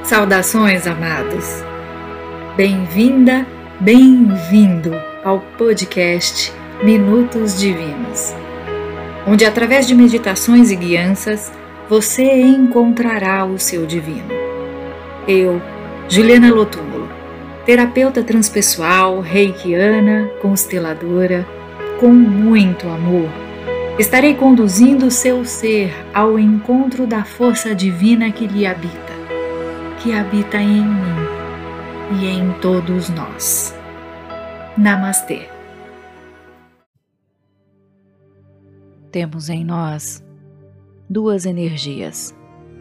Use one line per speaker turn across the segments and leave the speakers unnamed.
Saudações, amados! Bem-vinda, bem-vindo ao podcast Minutos Divinos, onde através de meditações e guianças você encontrará o seu divino. Eu, Juliana Lotúmulo, terapeuta transpessoal, reikiana, consteladora, com muito amor, estarei conduzindo o seu ser ao encontro da força divina que lhe habita, que habita em mim e em todos nós. Namastê. Temos em nós duas energias: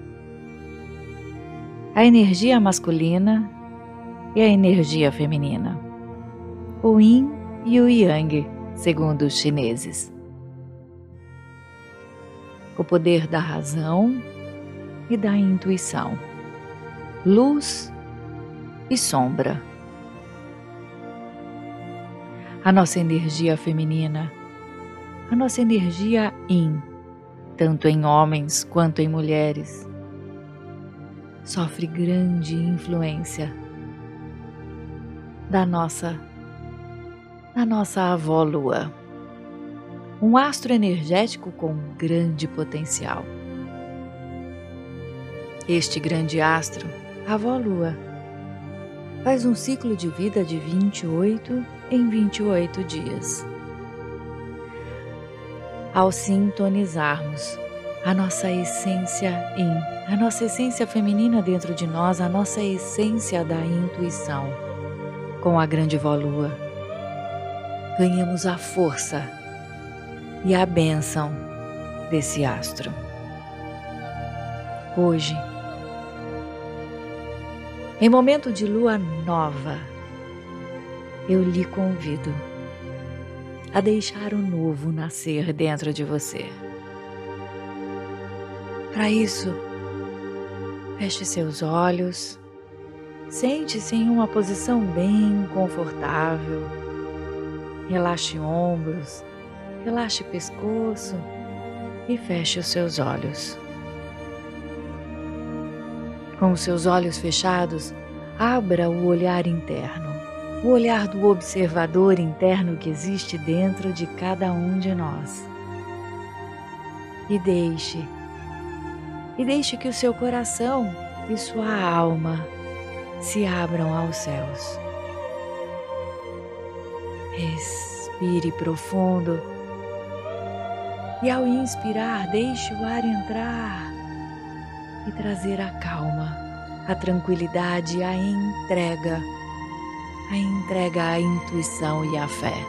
a energia masculina e a energia feminina, o Yin e o Yang, segundo os chineses. O poder da razão e da intuição, luz e sombra. A nossa energia feminina, a nossa energia Yin, tanto em homens quanto em mulheres, sofre grande influência da nossa avó Lua, um astro energético com grande potencial. Este grande astro, a avó Lua, faz um ciclo de vida de 28 em 28 dias. Ao sintonizarmos a nossa essência Yin, a nossa essência feminina dentro de nós, a nossa essência da intuição, com a grande vó Lua, ganhamos a força e a bênção desse astro. Hoje, em momento de lua nova, eu lhe convido a deixar o novo nascer dentro de você. Para isso, feche seus olhos, sente-se em uma posição bem confortável, relaxe ombros, relaxe pescoço e feche os seus olhos. Com os seus olhos fechados, abra o olhar interno, o olhar do observador interno que existe dentro de cada um de nós. E deixe que o seu coração e sua alma se abram aos céus. Respire profundo e, ao inspirar, deixe o ar entrar e trazer a calma, a tranquilidade, a entrega à intuição e à fé.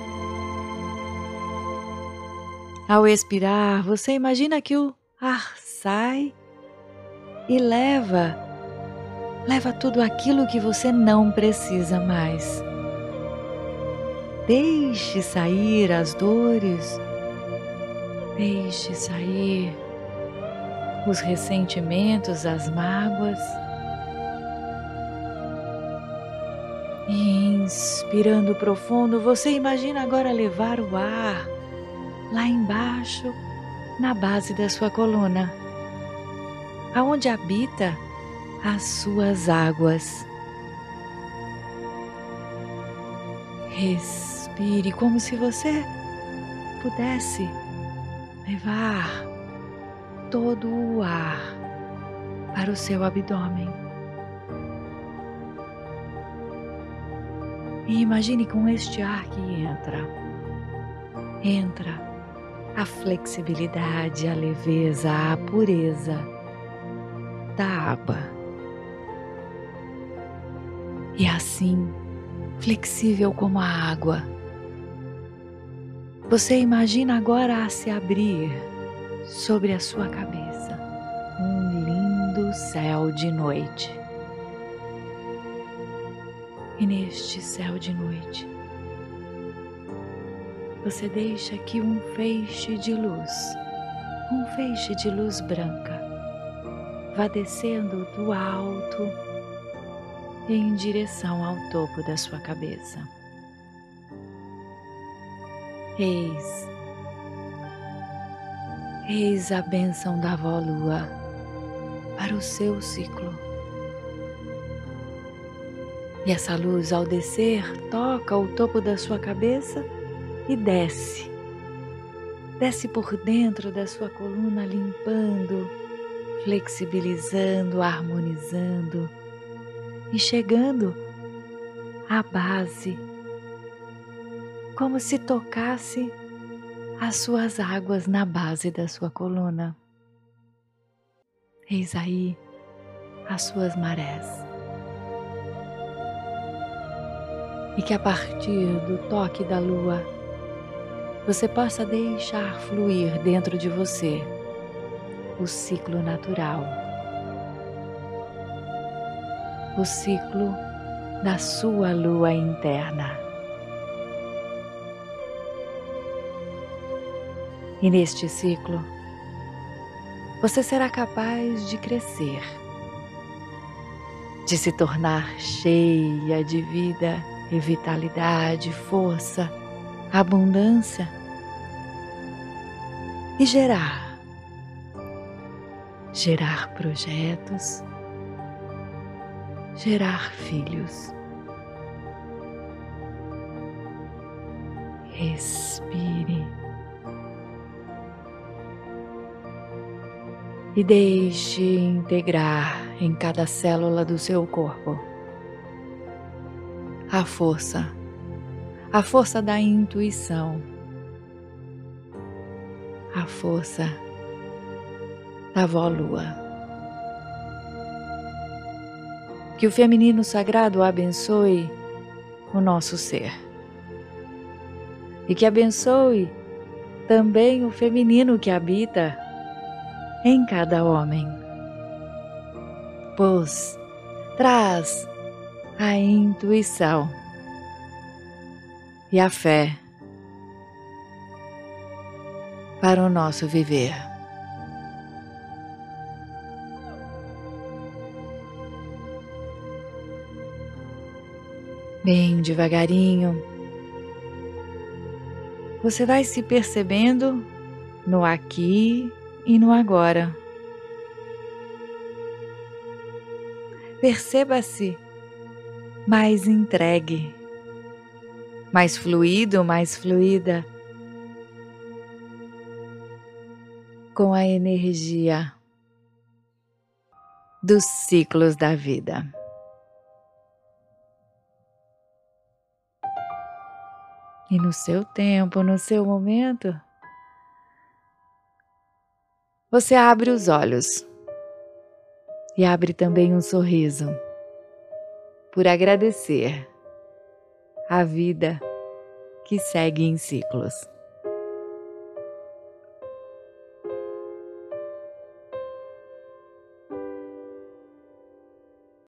Ao expirar, você imagina que o ar sai e leva tudo aquilo que você não precisa mais. Deixe sair as dores, deixe sair os ressentimentos, as mágoas. E inspirando profundo, você imagina agora levar o ar lá embaixo, na base da sua coluna, aonde habita as suas águas. Respire como se você pudesse levar todo o ar para o seu abdômen. E imagine com este ar que entra a flexibilidade, a leveza, a pureza da água. E assim, flexível como a água, você imagina agora a se abrir sobre a sua cabeça um lindo céu de noite. E neste céu de noite, você deixa que um feixe de luz branca, vá descendo do alto em direção ao topo da sua cabeça. Eis a bênção da avó Lua para o seu ciclo. E essa luz, ao descer, toca o topo da sua cabeça e desce. Desce por dentro da sua coluna, limpando, flexibilizando, harmonizando e chegando à base, como se tocasse as suas águas na base da sua coluna. Eis aí as suas marés. E que a partir do toque da lua, você possa deixar fluir dentro de você o ciclo natural, o ciclo da sua lua interna. E neste ciclo, você será capaz de crescer, de se tornar cheia de vida e vitalidade, força, abundância e gerar projetos, gerar filhos. Respire e deixe integrar em cada célula do seu corpo a força da intuição, a força da vó-lua. Que o feminino sagrado abençoe o nosso ser e que abençoe também o feminino que habita em cada homem, pois traz a intuição e a fé para o nosso viver. Bem devagarinho, você vai se percebendo no aqui e no agora. Perceba-se mais entregue, mais fluido, mais fluida, com a energia dos ciclos da vida. E no seu tempo, no seu momento, você abre os olhos e abre também um sorriso por agradecer a vida que segue em ciclos.